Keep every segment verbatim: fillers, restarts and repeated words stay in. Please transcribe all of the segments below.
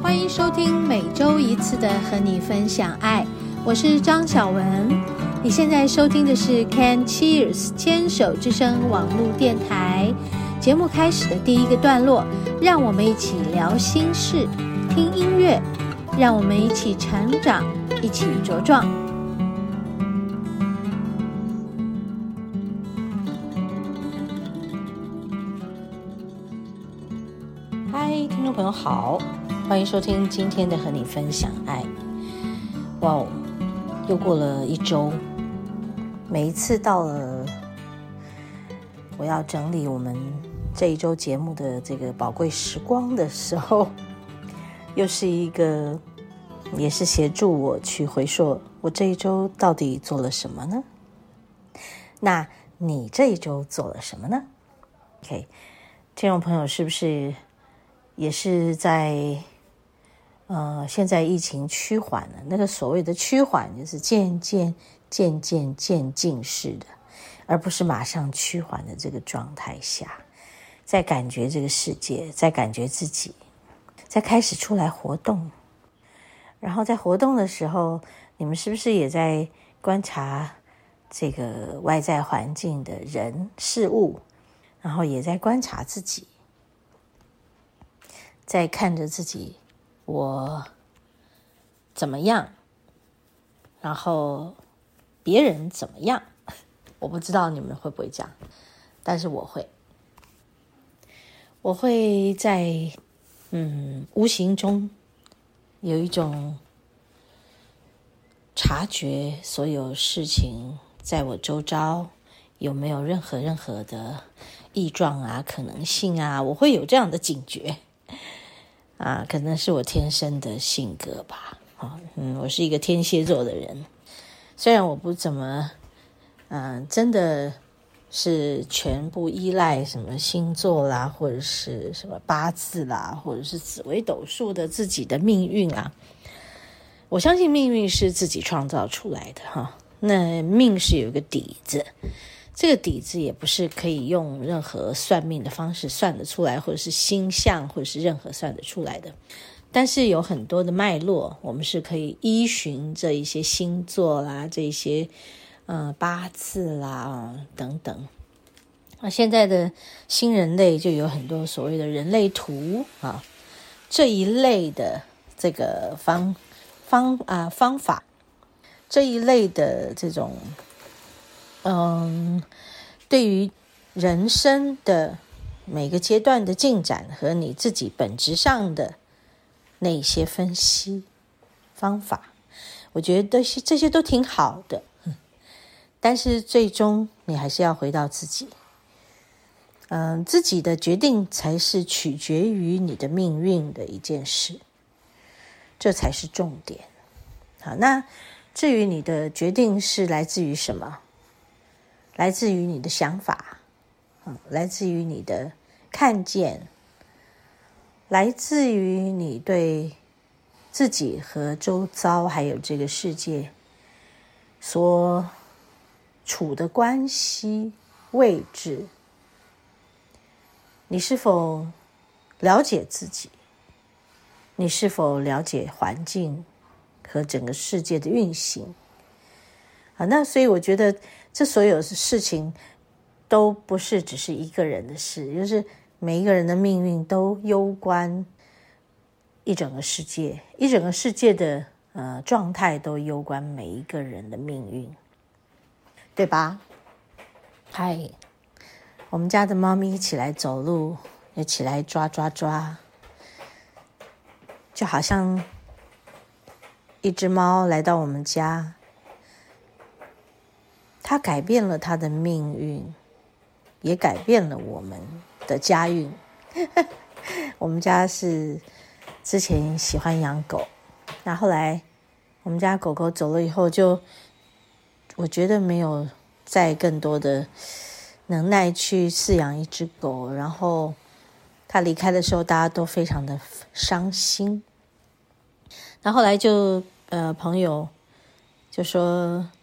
欢迎收听每周一次的和你分享爱，我是张小文。你现在收听的是 Can Cheers 牵手之声网络电台。节目开始的第一个段落，让我们一起聊心事，听音乐，让我们一起成长，一起茁壮。嗨，听众朋友好，欢迎收听今天的和你分享爱。哇哦，又过了一周，每一次到了我要整理我们这一周节目的这个宝贵时光的时候，又是一个也是协助我去回溯我这一周到底做了什么呢？那你这一周做了什么呢？ OK， 听众朋友是不是也是在呃，现在疫情趋缓了，那个所谓的趋缓就是渐渐渐渐渐进式的，而不是马上趋缓的这个状态下，在感觉这个世界，在感觉自己，在开始出来活动。然后在活动的时候，你们是不是也在观察这个外在环境的人事物，然后也在观察自己，在看着自己我怎么样，然后别人怎么样。我不知道你们会不会这样，但是我会我会在嗯无形中有一种察觉所有事情在我周遭有没有任何任何的异状啊、可能性啊，我会有这样的警觉啊，可能是我天生的性格吧。啊，嗯，我是一个天蝎座的人，虽然我不怎么嗯、呃，真的是全部依赖什么星座啦，或者是什么八字啦，或者是紫微斗数的自己的命运啊。我相信命运是自己创造出来的哈，那命是有一个底子，这个底子也不是可以用任何算命的方式算得出来，或者是星象，或者是任何算得出来的。但是有很多的脉络，我们是可以依循这一些星座啦，这一些呃八字啦等等。啊，现在的新人类就有很多所谓的人类图啊，这一类的这个方方啊方法，这一类的这种嗯，对于人生的每个阶段的进展和你自己本质上的那些分析方法，我觉得这些都挺好的，但是最终你还是要回到自己。嗯，自己的决定才是取决于你的命运的一件事，这才是重点。好，那至于你的决定是来自于什么？来自于你的想法，嗯，来自于你的看见，来自于你对自己和周遭还有这个世界所处的关系位置。你是否了解自己？你是否了解环境和整个世界的运行？啊，那所以我觉得这所有的事情都不是只是一个人的事，就是每一个人的命运都攸关一整个世界，一整个世界的呃状态都攸关每一个人的命运，对吧？嗨，我们家的猫咪起来走路，也起来抓抓抓，就好像一只猫来到我们家，它改变了它的命运，也改变了我们的家运。我们家是之前喜欢养狗，那后来我们家狗狗走了以后，就我觉得没有再更多的能耐去饲养一只狗，然后它离开的时候大家都非常的伤心。然后后来就呃朋友就说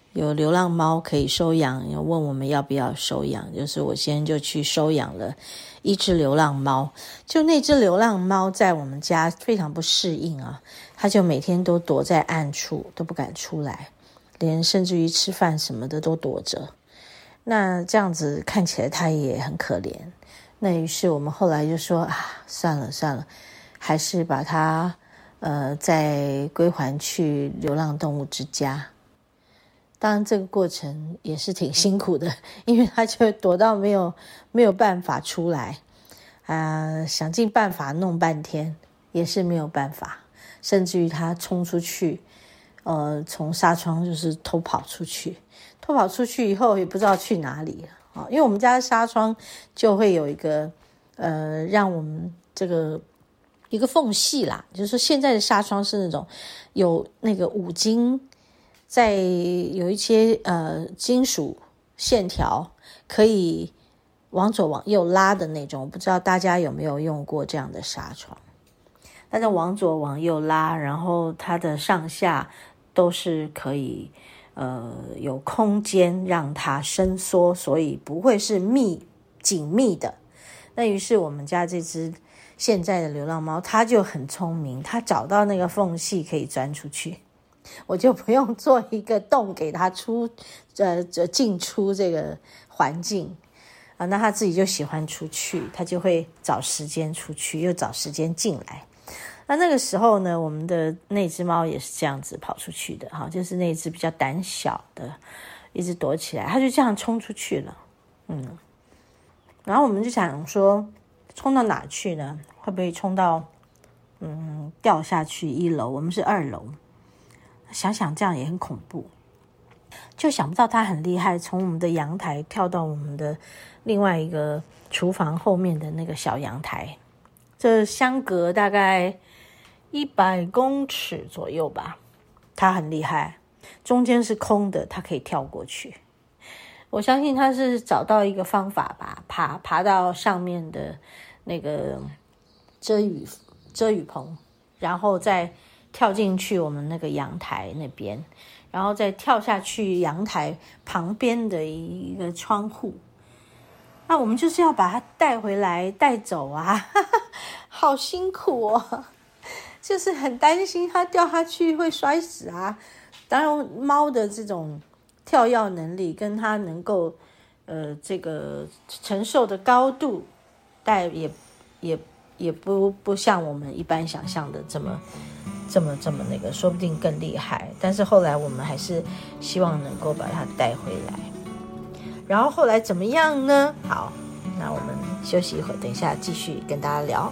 有流浪猫可以收养，要问我们要不要收养，就是我先就去收养了一只流浪猫。就那只流浪猫在我们家非常不适应啊，它就每天都躲在暗处，都不敢出来，连甚至于吃饭什么的都躲着。那这样子看起来它也很可怜。那于是我们后来就说啊，算了算了，还是把它呃再归还去流浪动物之家。当然这个过程也是挺辛苦的，因为他就躲到没有没有办法出来啊、呃，想尽办法弄半天也是没有办法，甚至于他冲出去呃，从纱窗就是偷跑出去，偷跑出去以后也不知道去哪里了、哦、因为我们家的纱窗就会有一个呃，让我们这个一个缝隙啦，就是说现在的纱窗是那种有那个五金，在有一些呃金属线条可以往左往右拉的那种，我不知道大家有没有用过这样的纱窗。但是往左往右拉，然后它的上下都是可以呃有空间让它伸缩，所以不会是密紧密的。那于是我们家这只现在的流浪猫，它就很聪明，它找到那个缝隙可以钻出去，我就不用做一个洞给它出呃进出这个环境啊，那它自己就喜欢出去，它就会找时间出去，又找时间进来。那那个时候呢，我们的那只猫也是这样子跑出去的哈，就是那只比较胆小的，一直躲起来，它就这样冲出去了，嗯，然后我们就想说，冲到哪去呢？会不会冲到嗯掉下去一楼？我们是二楼，想想这样也很恐怖，就想不到它很厉害，从我们的阳台跳到我们的另外一个厨房后面的那个小阳台，这相隔大概一百公尺左右吧，它很厉害，中间是空的，它可以跳过去。我相信它是找到一个方法吧，爬爬到上面的那个遮雨遮雨棚，然后再跳进去我们那个阳台那边，然后再跳下去阳台旁边的一个窗户。那我们就是要把它带回来带走啊，好辛苦哦，就是很担心它掉下去会摔死啊。当然猫的这种跳跃能力跟它能够呃这个承受的高度，但也也也不不像我们一般想象的这么这么这么那个，说不定更厉害。但是后来我们还是希望能够把它带回来。然后后来怎么样呢？好，那我们休息一会儿，等一下继续跟大家聊。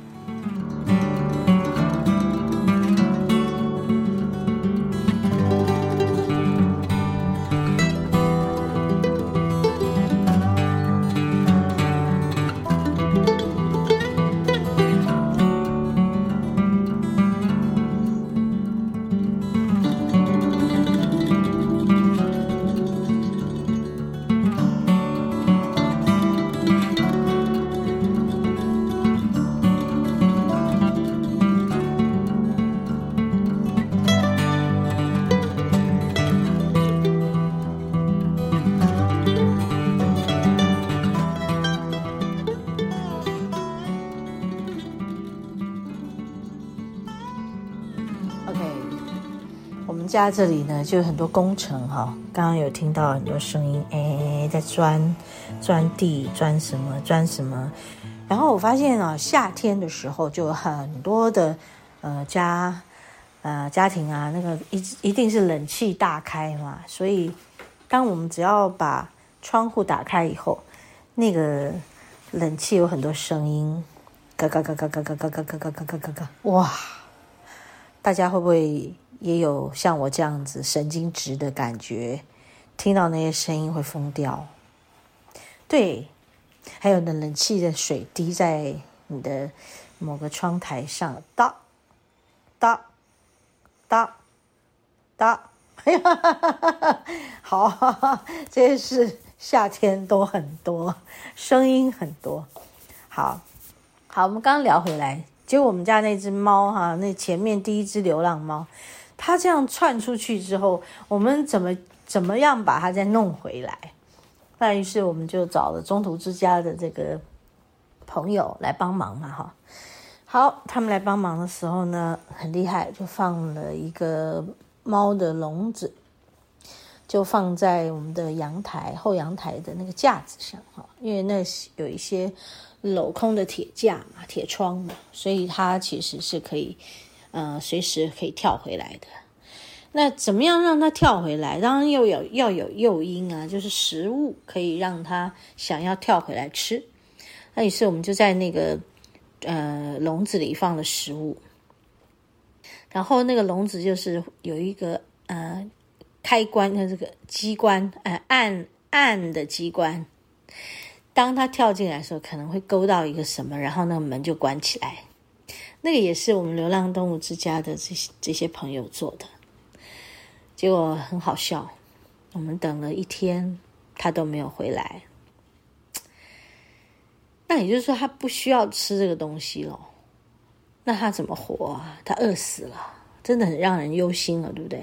家这里呢就有很多工程哈，刚刚有听到很多声音，哎，在钻钻地，钻什么钻什么。然后我发现啊，夏天的时候就有很多的呃家呃家庭啊，那个一一定是冷气大开嘛，所以当我们只要把窗户打开以后，那个冷气有很多声音，嘎嘎嘎嘎嘎嘎嘎嘎嘎嘎嘎嘎嘎嘎，哇！大家会不会也有像我这样子神经质的感觉，听到那些声音会疯掉？对，还有呢，冷气的水滴在你的某个窗台上，哒哒哒哒，好，这些是夏天都很多，声音很多。好好，我们刚刚聊回来，结果我们家那只猫哈，那前面第一只流浪猫，它这样窜出去之后，我们怎么怎么样把它再弄回来？那于是我们就找了中途之家的这个朋友来帮忙嘛，哈。好，他们来帮忙的时候呢，很厉害，就放了一个猫的笼子，就放在我们的阳台后阳台的那个架子上，哈，因为那有一些镂空的铁架嘛，铁窗嘛，所以它其实是可以，呃，随时可以跳回来的。那怎么样让它跳回来？当然又有要有诱因啊，就是食物可以让它想要跳回来吃。那于是我们就在那个呃笼子里放了食物，然后那个笼子就是有一个呃开关的这个机关，呃按按的机关。当它跳进来的时候，可能会勾到一个什么，然后那个门就关起来。那个也是我们流浪动物之家的这些这些朋友做的。结果很好笑，我们等了一天，他都没有回来。那也就是说，他不需要吃这个东西咯，那他怎么活啊？他饿死了，真的很让人忧心了，对不对？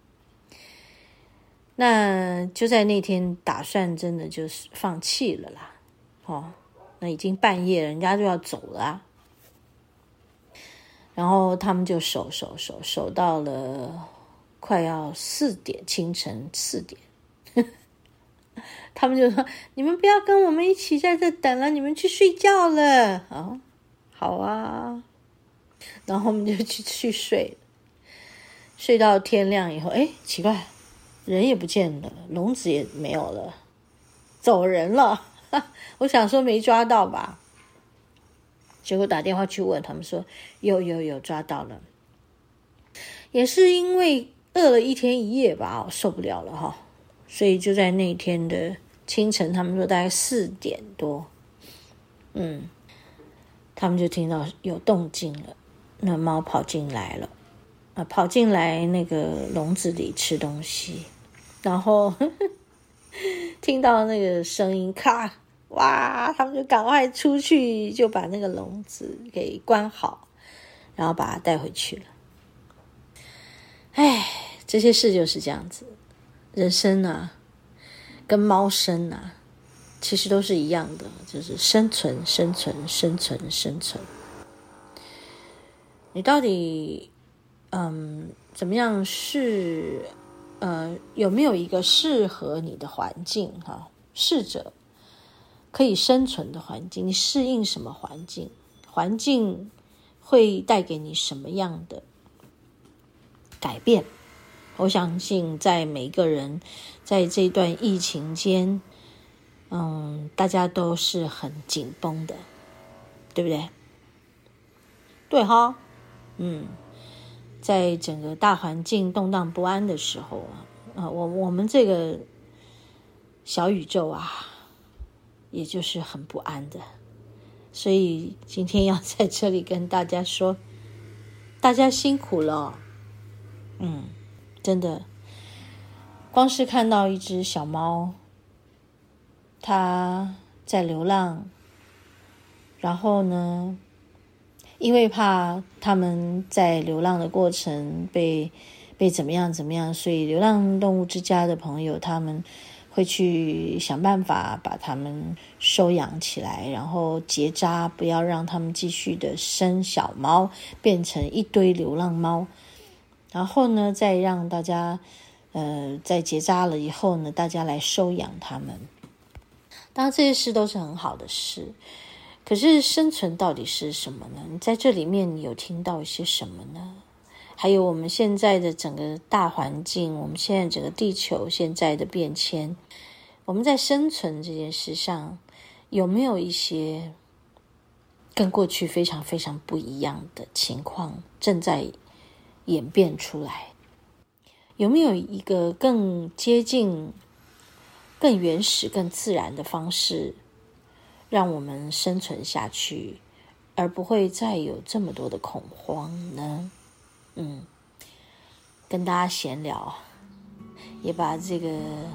那就在那天打算真的就是放弃了啦。哦，那已经半夜了，人家就要走了啊。然后他们就守守守守到了快要四点，清晨四点，他们就说：“你们不要跟我们一起在这等了，你们去睡觉了。”啊，好啊。然后我们就去去睡，睡到天亮以后，哎，奇怪，人也不见了，笼子也没有了，走人了。我想说没抓到吧，结果打电话去问，他们说有有有抓到了，也是因为饿了一天一夜吧，受不了了哈，所以就在那天的清晨，他们说大概四点多，嗯，他们就听到有动静了，那猫跑进来了，啊，跑进来那个笼子里吃东西，然后呵呵听到那个声音，咔，哇，他们就赶快出去，就把那个笼子给关好，然后把它带回去了。哎，这些事就是这样子，人生啊，跟猫生啊，其实都是一样的，就是生存、生存、生存、生存。你到底，嗯，怎么样是，呃，有没有一个适合你的环境哈？试着可以生存的环境，你适应什么环境？环境会带给你什么样的改变？我相信在每一个人在这段疫情间，嗯，大家都是很紧绷的，对不对？对哈，嗯，在整个大环境动荡不安的时候啊，呃、我我们这个小宇宙啊，也就是很不安的，所以今天要在这里跟大家说，大家辛苦了，嗯，真的，光是看到一只小猫，它在流浪，然后呢，因为怕他们在流浪的过程被被怎么样怎么样，所以流浪动物之家的朋友他们会去想办法把他们收养起来，然后结扎，不要让他们继续的生小猫，变成一堆流浪猫。然后呢，再让大家，呃，在结扎了以后呢，大家来收养他们。当然，这些事都是很好的事。可是生存到底是什么呢？你在这里面你有听到一些什么呢？还有我们现在的整个大环境，我们现在整个地球现在的变迁，我们在生存这件事上有没有一些跟过去非常非常不一样的情况正在演变出来？有没有一个更接近、更原始、更自然的方式，让我们生存下去，而不会再有这么多的恐慌呢？嗯，跟大家闲聊，也把这个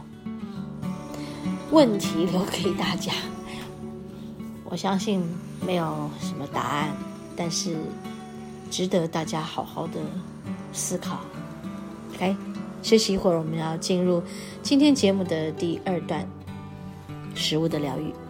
问题留给大家。我相信没有什么答案，但是值得大家好好的思考。OK， 休息一会儿，我们要进入今天节目的第二段，食物的疗愈。